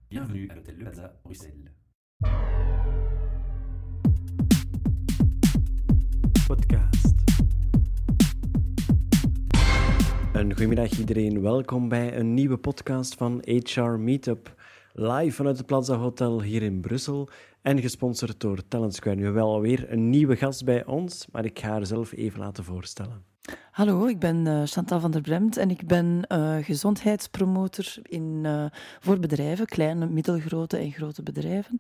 Bienvenue à l'hôtel Le Plaza, Bruxelles. Podcast. Een goedemiddag iedereen, welkom bij een nieuwe podcast van HR Meetup. Live vanuit het Plaza Hotel hier in Brussel en gesponsord door Talent Square. Nu hebben we alweer een nieuwe gast bij ons, maar ik ga haar zelf even laten voorstellen. Hallo, ik ben Chantal van der Bremt en ik ben gezondheidspromotor voor bedrijven, kleine, middelgrote en grote bedrijven.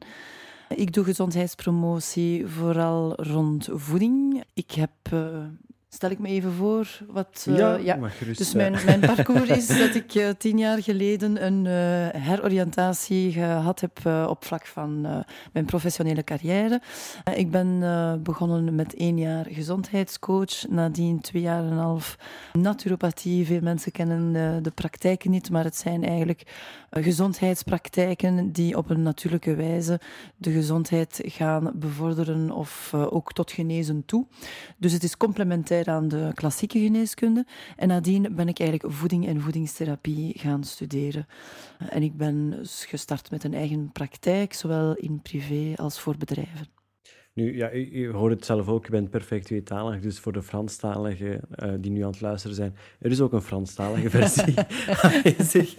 Ik doe gezondheidspromotie vooral rond voeding. Ik heb... Stel ik me even voor wat... mag gerust. Dus mijn parcours is dat ik 10 jaar geleden een heroriëntatie gehad heb op vlak van mijn professionele carrière. Ik ben begonnen met 1 jaar gezondheidscoach, nadien 2,5 jaar naturopathie. Veel mensen kennen de praktijken niet, maar het zijn eigenlijk gezondheidspraktijken die op een natuurlijke wijze de gezondheid gaan bevorderen of ook tot genezen toe. Dus het is complementair aan de klassieke geneeskunde. En nadien ben ik eigenlijk voeding en voedingstherapie gaan studeren. En ik ben gestart met een eigen praktijk, zowel in privé als voor bedrijven. Nu, ja, u hoort het zelf ook, u bent perfect tweetalig, dus voor de Franstaligen die nu aan het luisteren zijn, er is ook een Franstalige versie aanwezig.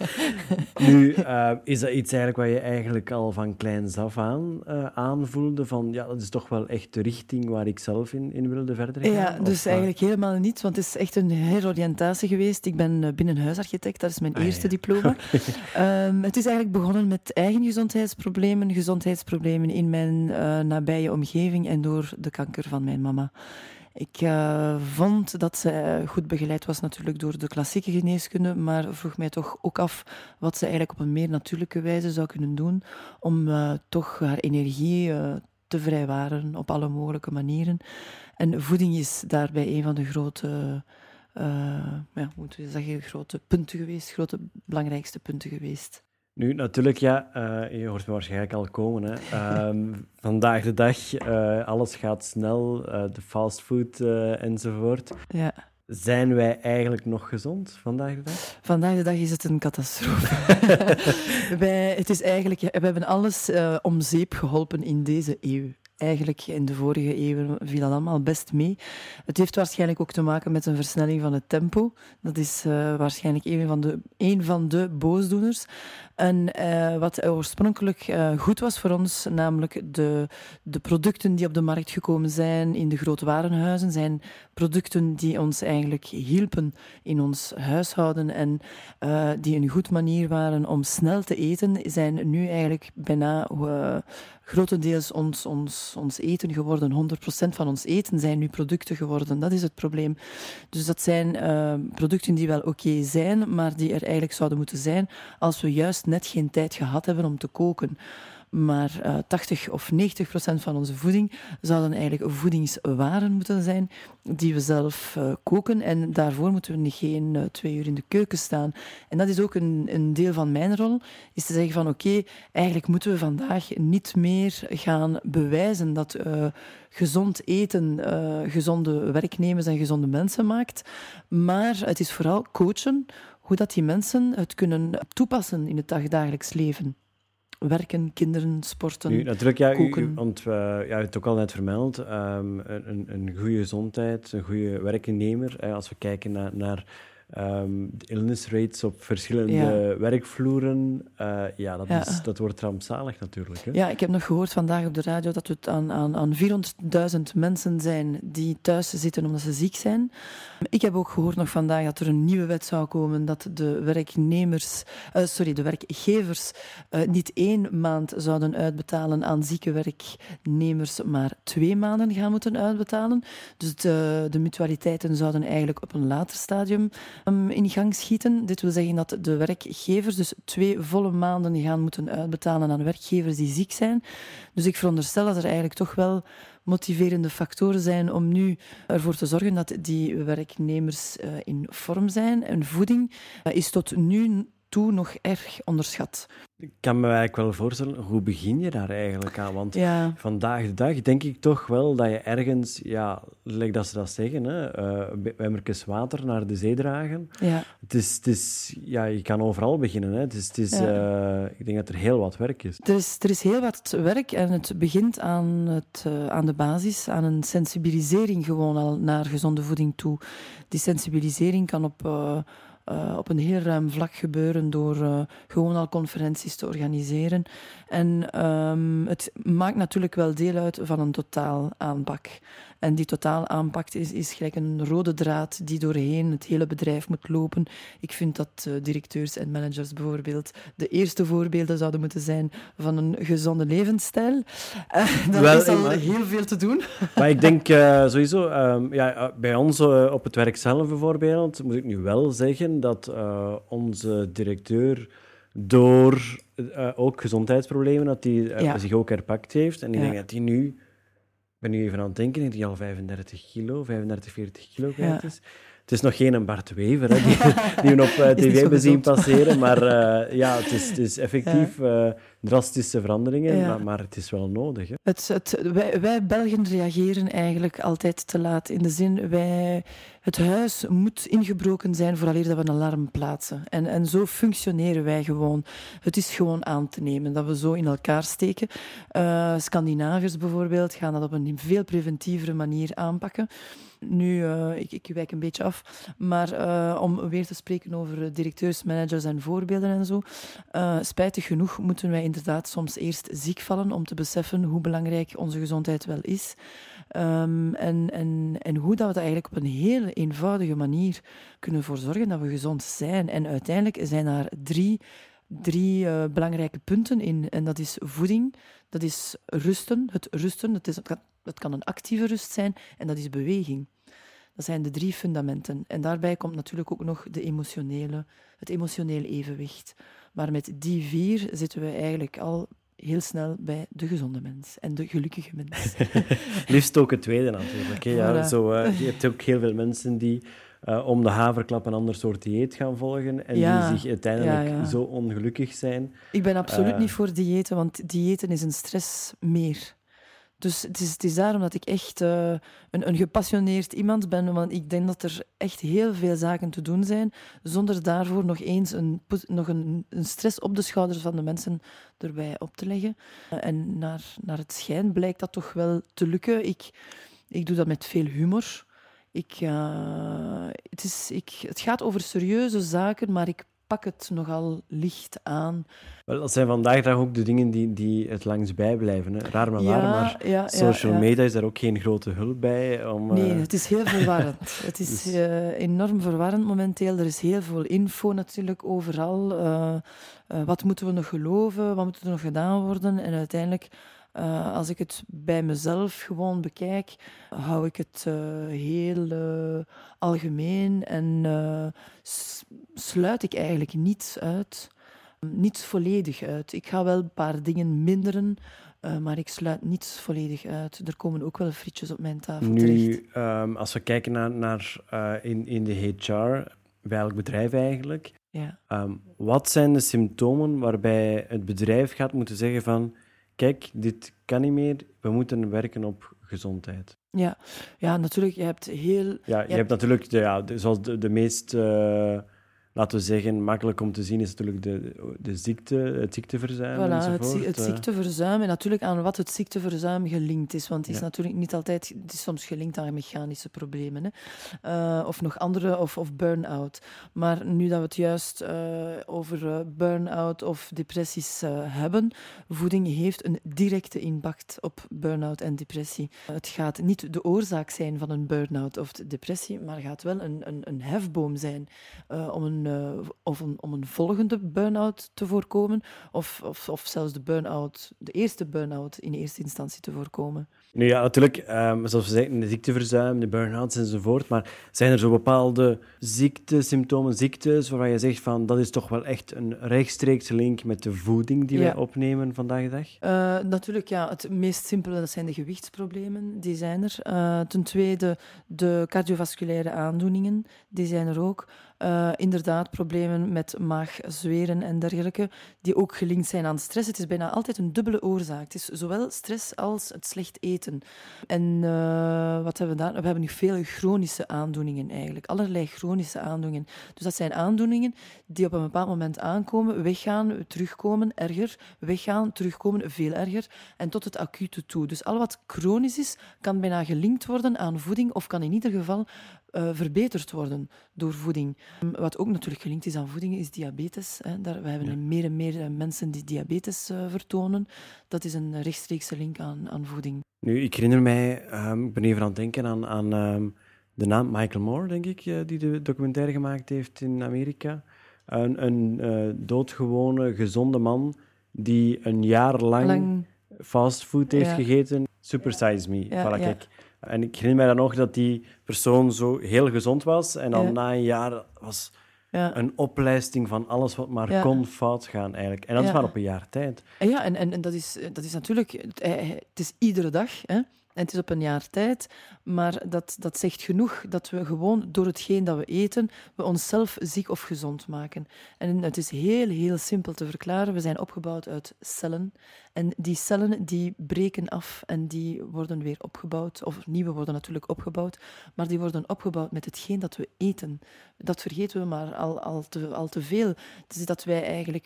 Nu, is dat iets eigenlijk wat je eigenlijk al van kleins af aan aanvoelde, van ja, dat is toch wel echt de richting waar ik zelf in wilde verder gaan? Ja, dus eigenlijk helemaal niet, want het is echt een heroriëntatie geweest. Ik ben binnenhuisarchitect, dat is mijn eerste diploma. Het is eigenlijk begonnen met eigen gezondheidsproblemen in mijn nabije omgeving en door de kanker van mijn mama. Ik vond dat ze goed begeleid was natuurlijk door de klassieke geneeskunde, maar vroeg mij toch ook af wat ze eigenlijk op een meer natuurlijke wijze zou kunnen doen om toch haar energie te vrijwaren op alle mogelijke manieren. En voeding is daarbij een van de grote... grote punten geweest, grote belangrijkste punten geweest. Nu, natuurlijk, ja, je hoort me waarschijnlijk al komen. Hè. Vandaag de dag, alles gaat snel, de fastfood enzovoort. Ja. Zijn wij eigenlijk nog gezond vandaag de dag? Vandaag de dag is het een catastrofe. We hebben alles om zeep geholpen in deze eeuw. Eigenlijk in de vorige eeuwen viel dat allemaal best mee. Het heeft waarschijnlijk ook te maken met een versnelling van het tempo. Dat is waarschijnlijk een van de boosdoeners. En wat oorspronkelijk goed was voor ons, namelijk de producten die op de markt gekomen zijn in de grote warenhuizen, zijn producten die ons eigenlijk hielpen in ons huishouden en die een goed manier waren om snel te eten, zijn nu eigenlijk bijna grotendeels ons eten geworden. 100% van ons eten zijn nu producten geworden. Dat is het probleem. Dus dat zijn producten die wel oké zijn, maar die er eigenlijk zouden moeten zijn als we juist net geen tijd gehad hebben om te koken. Maar 80 of 90% van onze voeding zouden eigenlijk voedingswaren moeten zijn die we zelf koken. En daarvoor moeten we geen 2 uur in de keuken staan. En dat is ook een deel van mijn rol, is te zeggen van oké, eigenlijk moeten we vandaag niet meer gaan bewijzen dat gezond eten gezonde werknemers en gezonde mensen maakt. Maar het is vooral coachen hoe dat die mensen het kunnen toepassen in het dagdagelijks leven. Werken, kinderen, sporten, nu, natuurlijk, koken. Want u hebt het ook al net vermeld, een goede gezondheid, een goede werknemer. Als we kijken naar de illness rates op verschillende werkvloeren, dat wordt rampzalig natuurlijk. Hè? Ja, ik heb nog gehoord vandaag op de radio dat het aan 400.000 mensen zijn die thuis zitten omdat ze ziek zijn. Ik heb ook gehoord nog vandaag dat er een nieuwe wet zou komen dat de werkgevers niet 1 maand zouden uitbetalen aan zieke werknemers, maar 2 maanden gaan moeten uitbetalen. Dus de mutualiteiten zouden eigenlijk op een later stadium in gang schieten. Dit wil zeggen dat de werkgevers dus 2 volle maanden gaan moeten uitbetalen aan werkgevers die ziek zijn. Dus ik veronderstel dat er eigenlijk toch wel motiverende factoren zijn om nu ervoor te zorgen dat die werknemers in vorm zijn. En voeding is tot nu toe nog erg onderschat. Ik kan me eigenlijk wel voorstellen, hoe begin je daar eigenlijk aan? Want Ja. vandaag de dag denk ik toch wel dat je ergens, ja, like dat ze dat zeggen, hè, emmertjes water naar de zee dragen. Ja. Het is, ja, je kan overal beginnen. Hè. Ik denk dat er heel wat werk is. Er is heel wat werk en het begint aan de basis, aan een sensibilisering gewoon al naar gezonde voeding toe. Die sensibilisering kan op een heel ruim vlak gebeuren door gewoon al conferenties te organiseren. En het maakt natuurlijk wel deel uit van een totaalaanpak. En die totaalaanpak is gelijk een rode draad die doorheen het hele bedrijf moet lopen. Ik vind dat directeurs en managers bijvoorbeeld de eerste voorbeelden zouden moeten zijn van een gezonde levensstijl. Daar is al heel veel te doen. Maar ik denk sowieso, bij ons op het werk zelf bijvoorbeeld, moet ik nu wel zeggen dat onze directeur door ook gezondheidsproblemen, dat hij zich ook herpakt heeft. En ik denk dat hij nu... Ik ben nu even aan het denken, dat hij al 35 kilo, 35, 40 kilo kwijt is. Het is nog geen Bart Wever, hè, die we op tv hebben zien passeren. Maar het is effectief drastische veranderingen, maar het is wel nodig. Hè. Wij Belgen reageren eigenlijk altijd te laat. In de zin, het huis moet ingebroken zijn vooraleer dat we een alarm plaatsen. En zo functioneren wij gewoon. Het is gewoon aan te nemen dat we zo in elkaar steken. Scandinaviërs bijvoorbeeld gaan dat op een veel preventievere manier aanpakken. Nu, ik wijk een beetje af, maar om weer te spreken over directeurs, managers en voorbeelden en zo. Spijtig genoeg moeten wij inderdaad soms eerst ziek vallen om te beseffen hoe belangrijk onze gezondheid wel is. En hoe dat we dat eigenlijk op een hele eenvoudige manier kunnen ervoor zorgen dat we gezond zijn. En uiteindelijk zijn daar drie belangrijke punten in. En dat is voeding, dat is rusten. Het kan een actieve rust zijn en dat is beweging. Dat zijn de 3 fundamenten. En daarbij komt natuurlijk ook nog het emotionele evenwicht. Maar met die 4 zitten we eigenlijk al heel snel bij de gezonde mens en de gelukkige mens. Liefst ook het tweede natuurlijk. Hè. Ja, Voilà. Je hebt ook heel veel mensen die om de haverklap een ander soort dieet gaan volgen en die zich uiteindelijk zo ongelukkig zijn. Ik ben absoluut niet voor diëten, want diëten is een stress meer. Dus het is daarom dat ik echt een gepassioneerd iemand ben, want ik denk dat er echt heel veel zaken te doen zijn, zonder daarvoor nog eens een stress op de schouders van de mensen erbij op te leggen. En naar het schijn blijkt dat toch wel te lukken. Ik doe dat met veel humor. Het gaat over serieuze zaken, maar ik pak het nogal licht aan. Wel, dat zijn vandaag de dag ook de dingen die het langst bijblijven. Hè. Raar maar waar, maar social media is daar ook geen grote hulp bij. Nee, het is heel verwarrend. Het is enorm verwarrend momenteel. Er is heel veel info natuurlijk overal. Wat moeten we nog geloven? Wat moet er nog gedaan worden? En uiteindelijk... als ik het bij mezelf gewoon bekijk, hou ik het heel algemeen en sluit ik eigenlijk niets uit. Niets volledig uit. Ik ga wel een paar dingen minderen, maar ik sluit niets volledig uit. Er komen ook wel frietjes op mijn tafel terecht. Nu, als we kijken naar in de HR, bij elk bedrijf eigenlijk, wat zijn de symptomen waarbij het bedrijf gaat moeten zeggen van... Kijk, dit kan niet meer. We moeten werken op gezondheid. Ja, natuurlijk. Je hebt heel... Ja, je hebt natuurlijk... zoals de meest... laten we zeggen, makkelijk om te zien is natuurlijk de ziekte, het ziekteverzuim enzovoort. Het ziekteverzuim en natuurlijk aan wat het ziekteverzuim gelinkt is. Want het is natuurlijk niet altijd... Het is soms gelinkt aan mechanische problemen. Hè. Of nog andere, of burn-out. Maar nu dat we het juist over burn-out of depressies hebben, voeding heeft een directe impact op burn-out en depressie. Het gaat niet de oorzaak zijn van een burn-out of depressie, maar gaat wel een hefboom zijn om een volgende burn-out te voorkomen, of zelfs de eerste burn-out in eerste instantie te voorkomen. Nu ja, natuurlijk, zoals we zeggen, de ziekteverzuim, de burn-outs enzovoort, maar zijn er zo bepaalde ziektesymptomen, ziektes, waarvan je zegt van dat is toch wel echt een rechtstreekse link met de voeding die wij opnemen vandaag de dag? Natuurlijk, ja. Het meest simpele, dat zijn de gewichtsproblemen, die zijn er. Ten tweede, de cardiovasculaire aandoeningen, die zijn er ook. Inderdaad, problemen met maagzweren en dergelijke, die ook gelinkt zijn aan stress. Het is bijna altijd een dubbele oorzaak. Het is zowel stress als het slecht eten. En wat hebben we daar? We hebben nu veel chronische aandoeningen eigenlijk. Allerlei chronische aandoeningen. Dus dat zijn aandoeningen die op een bepaald moment aankomen, weggaan, terugkomen, erger, weggaan, terugkomen, veel erger, en tot het acute toe. Dus al wat chronisch is, kan bijna gelinkt worden aan voeding of kan in ieder geval verbeterd worden door voeding. Wat ook natuurlijk gelinkt is aan voeding, is diabetes. We hebben meer en meer mensen die diabetes vertonen. Dat is een rechtstreekse link aan voeding. Nu, ik herinner mij, ik ben even aan het denken aan de naam Michael Moore, denk ik, die de documentaire gemaakt heeft in Amerika. Een doodgewone, gezonde man die een jaar lang fastfood heeft gegeten. Super Size Me. Voilà, kijk. En ik herinner mij dan nog dat die persoon zo heel gezond was. En dan na een jaar was een oplijsting van alles wat maar kon fout gaan, eigenlijk. En dat is maar op een jaar tijd. Ja, en dat is natuurlijk... Het is iedere dag, hè. En het is op een jaar tijd, maar dat zegt genoeg dat we gewoon door hetgeen dat we eten, we onszelf ziek of gezond maken. En het is heel, heel simpel te verklaren. We zijn opgebouwd uit cellen. En die cellen die breken af en die worden weer opgebouwd. Of nieuwe worden natuurlijk opgebouwd, maar die worden opgebouwd met hetgeen dat we eten. Dat vergeten we maar al te veel. Dus dat wij eigenlijk...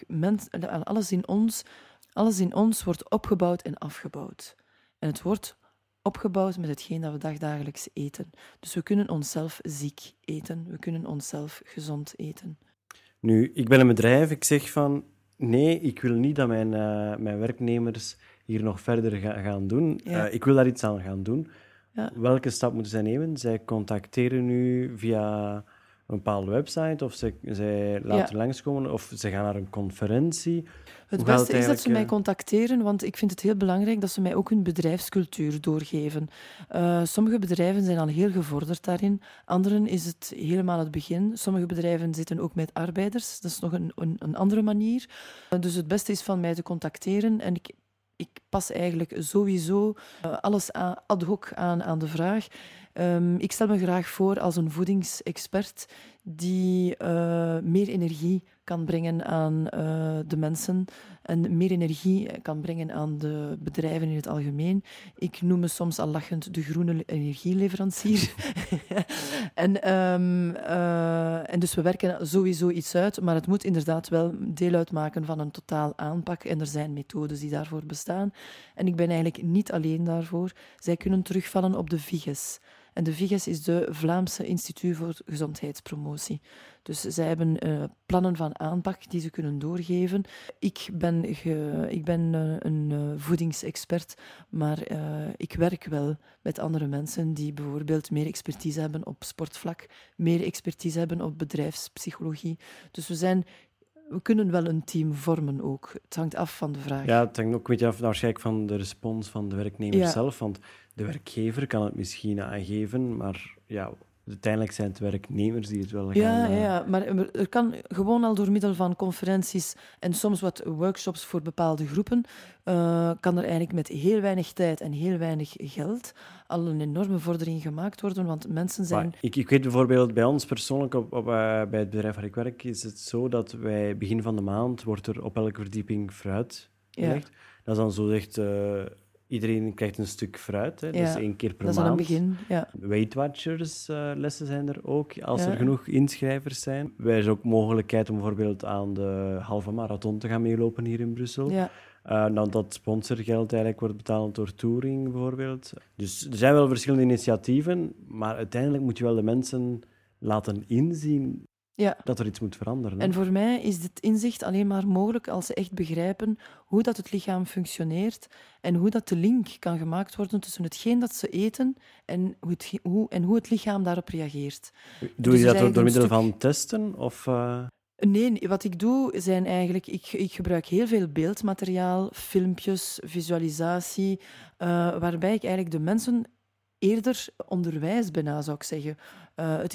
Alles in ons wordt opgebouwd en afgebouwd. En het wordt opgebouwd met hetgeen dat we dagelijks eten. Dus we kunnen onszelf ziek eten, we kunnen onszelf gezond eten. Nu, ik ben een bedrijf, ik zeg van... Nee, ik wil niet dat mijn werknemers hier nog verder gaan doen. Ja. Ik wil daar iets aan gaan doen. Ja. Welke stap moeten zij nemen? Zij contacteren u via een bepaalde website, of zij laten langskomen, of ze gaan naar een conferentie. Het beste is dat ze mij contacteren, want ik vind het heel belangrijk dat ze mij ook hun bedrijfscultuur doorgeven. Sommige bedrijven zijn al heel gevorderd daarin, anderen is het helemaal het begin. Sommige bedrijven zitten ook met arbeiders, dat is nog een andere manier. Dus het beste is van mij te contacteren en ik pas eigenlijk sowieso alles ad hoc aan de vraag. Ik stel me graag voor als een voedingsexpert die meer energie kan brengen aan de mensen en meer energie kan brengen aan de bedrijven in het algemeen. Ik noem me soms al lachend de groene energieleverancier. En dus we werken sowieso iets uit, maar het moet inderdaad wel deel uitmaken van een totaal aanpak. En er zijn methodes die daarvoor bestaan. En ik ben eigenlijk niet alleen daarvoor. Zij kunnen terugvallen op de VIGES. En de VIGES is de Vlaamse Instituut voor Gezondheidspromotie. Dus zij hebben plannen van aanpak die ze kunnen doorgeven. Ik ben een voedingsexpert, maar ik werk wel met andere mensen die bijvoorbeeld meer expertise hebben op sportvlak, meer expertise hebben op bedrijfspsychologie. Dus we kunnen wel een team vormen ook. Het hangt af van de vraag. Ja, het hangt ook een beetje af waarschijnlijk van de respons van de werknemer zelf. Want de werkgever kan het misschien aangeven, maar ja, uiteindelijk zijn het werknemers die het wel gaan... Ja, maar er kan gewoon al door middel van conferenties en soms wat workshops voor bepaalde groepen, kan er eigenlijk met heel weinig tijd en heel weinig geld al een enorme vordering gemaakt worden, want mensen zijn... Maar ik weet bijvoorbeeld, bij ons persoonlijk, bij het bedrijf waar ik werk, is het zo dat wij begin van de maand wordt er op elke verdieping fruit gelegd. Dat is dan zo echt... Iedereen krijgt een stuk fruit, hè. Dat is 1 keer per maand. Dat is al een begin, ja. Weight Watchers lessen zijn er ook, als er genoeg inschrijvers zijn. Er is ook mogelijkheid om bijvoorbeeld aan de halve marathon te gaan meelopen hier in Brussel. Ja. Dan dat sponsorgeld eigenlijk wordt betaald door Touring bijvoorbeeld. Dus er zijn wel verschillende initiatieven, maar uiteindelijk moet je wel de mensen laten inzien dat er iets moet veranderen. Hè? En voor mij is dit inzicht alleen maar mogelijk als ze echt begrijpen hoe dat het lichaam functioneert en hoe dat de link kan gemaakt worden tussen hetgeen dat ze eten en hoe het lichaam daarop reageert. Doe je dat door middel van testen? Of, Nee, wat ik doe zijn eigenlijk... Ik gebruik heel veel beeldmateriaal, filmpjes, visualisatie, waarbij ik eigenlijk de mensen eerder onderwijs bijna, zou ik zeggen. Het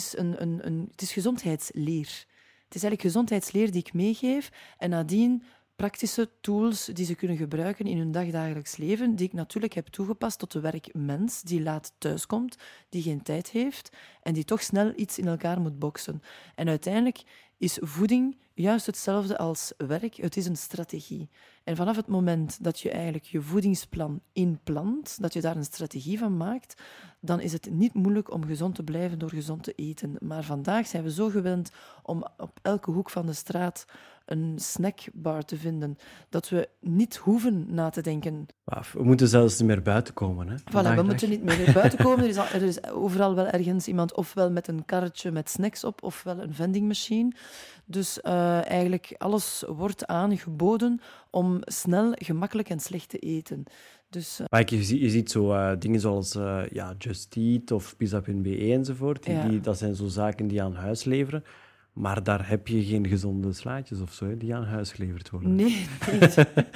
is gezondheidsleer. Het is eigenlijk gezondheidsleer die ik meegeef en nadien praktische tools die ze kunnen gebruiken in hun dagdagelijks leven, die ik natuurlijk heb toegepast tot de werkmens die laat thuiskomt, die geen tijd heeft en die toch snel iets in elkaar moet boksen. En uiteindelijk is voeding juist hetzelfde als werk. Het is een strategie. En vanaf het moment dat je eigenlijk je voedingsplan inplant, dat je daar een strategie van maakt, dan is het niet moeilijk om gezond te blijven door gezond te eten. Maar vandaag zijn we zo gewend om op elke hoek van de straat een snackbar te vinden, dat we niet hoeven na te denken. We moeten zelfs niet meer buiten komen. Hè, Voilà, we moeten niet meer buiten komen. Er is overal wel ergens iemand, ofwel met een karretje met snacks op, ofwel een vendingmachine. Dus eigenlijk alles wordt aangeboden om snel, gemakkelijk en slecht te eten. Dus, maar je ziet zo dingen zoals Just Eat of Pizza.be enzovoort. Dat zijn zo zaken die aan huis leveren. Maar daar heb je geen gezonde slaatjes of zo, hè, die aan huis geleverd worden. Nee, niet.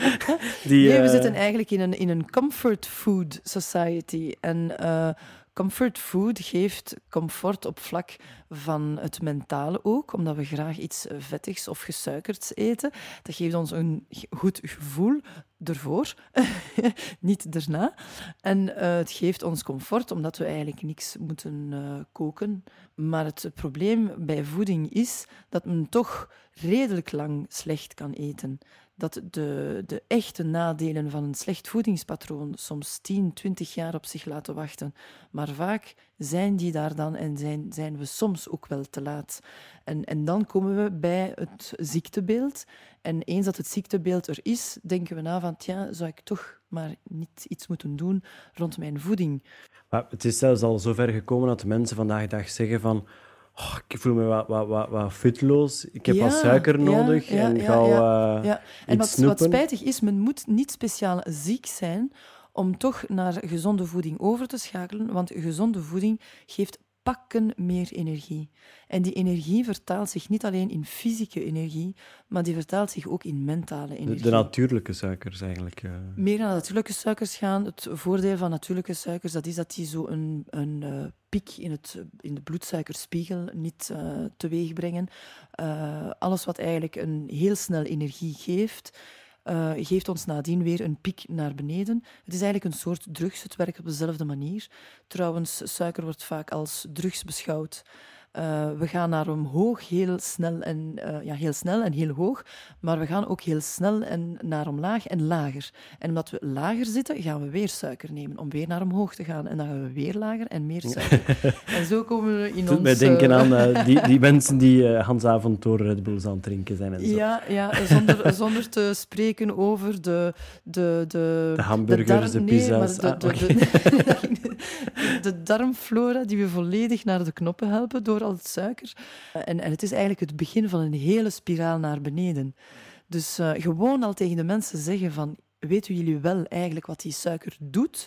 We zitten eigenlijk in een comfort food society. En comfort food geeft comfort op vlak van het mentale ook, omdat we graag iets vettigs of gesuikerds eten. Dat geeft ons een goed gevoel ervoor, niet erna. En het geeft ons comfort, omdat we eigenlijk niks moeten koken. Maar het probleem bij voeding is dat men toch redelijk lang slecht kan eten. Dat de echte nadelen van een slecht voedingspatroon soms 10, 20 jaar op zich laten wachten. Maar vaak zijn die daar dan en zijn we soms ook wel te laat. En dan komen we bij het ziektebeeld. En eens dat het ziektebeeld er is, denken we na van, zou ik toch maar niet iets moeten doen rond mijn voeding. Maar het is zelfs al zo ver gekomen dat mensen vandaag de dag zeggen van, ik voel me wat futloos, ik heb wat suiker nodig en ga En iets wat spijtig is, men moet niet speciaal ziek zijn om toch naar gezonde voeding over te schakelen, want gezonde voeding geeft pakken meer energie. En die energie vertaalt zich niet alleen in fysieke energie, maar die vertaalt zich ook in mentale energie. De natuurlijke suikers eigenlijk. Meer naar natuurlijke suikers gaan. Het voordeel van natuurlijke suikers dat is dat die zo een piek in de bloedsuikerspiegel niet teweeg brengen. Alles wat eigenlijk een heel snel energie geeft, geeft ons nadien weer een piek naar beneden. Het is eigenlijk een soort drugs, het werkt op dezelfde manier. Trouwens, suiker wordt vaak als drugs beschouwd. We gaan naar omhoog heel snel en heel hoog, maar we gaan ook heel snel en naar omlaag en lager. En omdat we lager zitten, gaan we weer suiker nemen om weer naar omhoog te gaan. En dan gaan we weer lager en meer suiker. En zo komen we in ons... Het doet mij denken aan die mensen die Hans Avontuur Red Bulls aan het drinken zijn en zo. Ja, zonder te spreken over de hamburgers, de pizza's. De darmflora die we volledig naar de knoppen helpen door al het suiker. En het is eigenlijk het begin van een hele spiraal naar beneden. Dus gewoon al tegen de mensen zeggen van, weten jullie wel eigenlijk wat die suiker doet?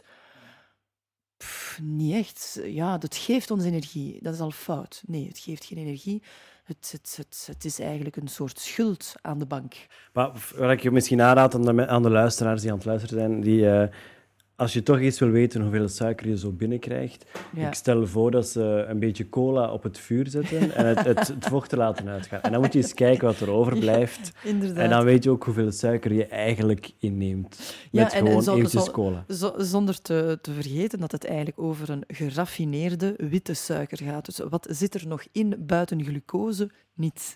Niet echt. Ja, dat geeft ons energie. Dat is al fout. Nee, het geeft geen energie. Het is eigenlijk een soort schuld aan de bank. Maar wat ik je misschien aanraad aan de luisteraars die aan het luisteren zijn, die... Als je toch eens wil weten hoeveel suiker je zo binnenkrijgt, ik stel voor dat ze een beetje cola op het vuur zetten en het vocht te laten uitgaan. En dan moet je eens kijken wat er overblijft. Ja, en dan weet je ook hoeveel suiker je eigenlijk inneemt. Met gewoon eventjes cola. Zonder te vergeten dat het eigenlijk over een geraffineerde witte suiker gaat. Dus wat zit er nog in buiten glucose? Niets.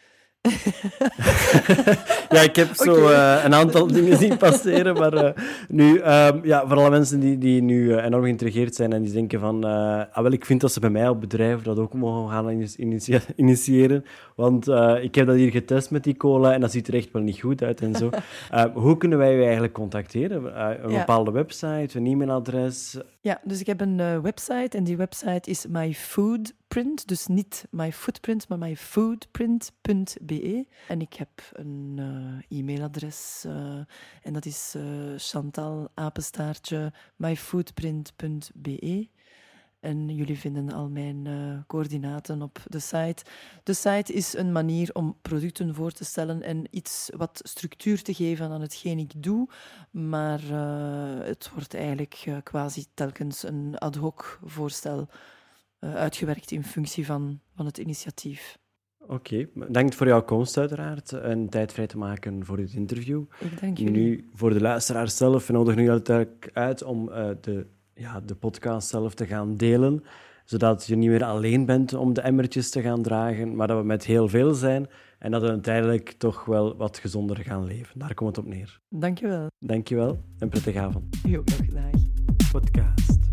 Ja, ik heb zo een aantal dingen zien passeren, maar nu, voor alle mensen die nu enorm geïntrigeerd zijn en die denken van, wel, ik vind dat ze bij mij op bedrijf dat ook mogen gaan initiëren, want ik heb dat hier getest met die cola en dat ziet er echt wel niet goed uit en zo. Hoe kunnen wij u eigenlijk contacteren? Een bepaalde website, een e-mailadres? Ja, dus ik heb een website en die website is myfoodprint, dus niet myfootprint, maar myfoodprint.be. En ik heb een e-mailadres en dat is chantal@myfoodprint.be. En jullie vinden al mijn coördinaten op de site. De site is een manier om producten voor te stellen en iets wat structuur te geven aan hetgeen ik doe. Maar het wordt eigenlijk quasi telkens een ad hoc voorstel uitgewerkt in functie van het initiatief. Oké, bedankt voor jouw komst uiteraard en tijd vrij te maken voor dit interview. Ik dank jullie. Nu, voor de luisteraars zelf, we nodigen nu uiteraard uit om de podcast zelf te gaan delen, zodat je niet meer alleen bent om de emmertjes te gaan dragen, maar dat we met heel veel zijn en dat we uiteindelijk toch wel wat gezonder gaan leven. Daar komt het op neer. Dank je wel. Dankjewel en prettige avond. Jo, dag. Podcast.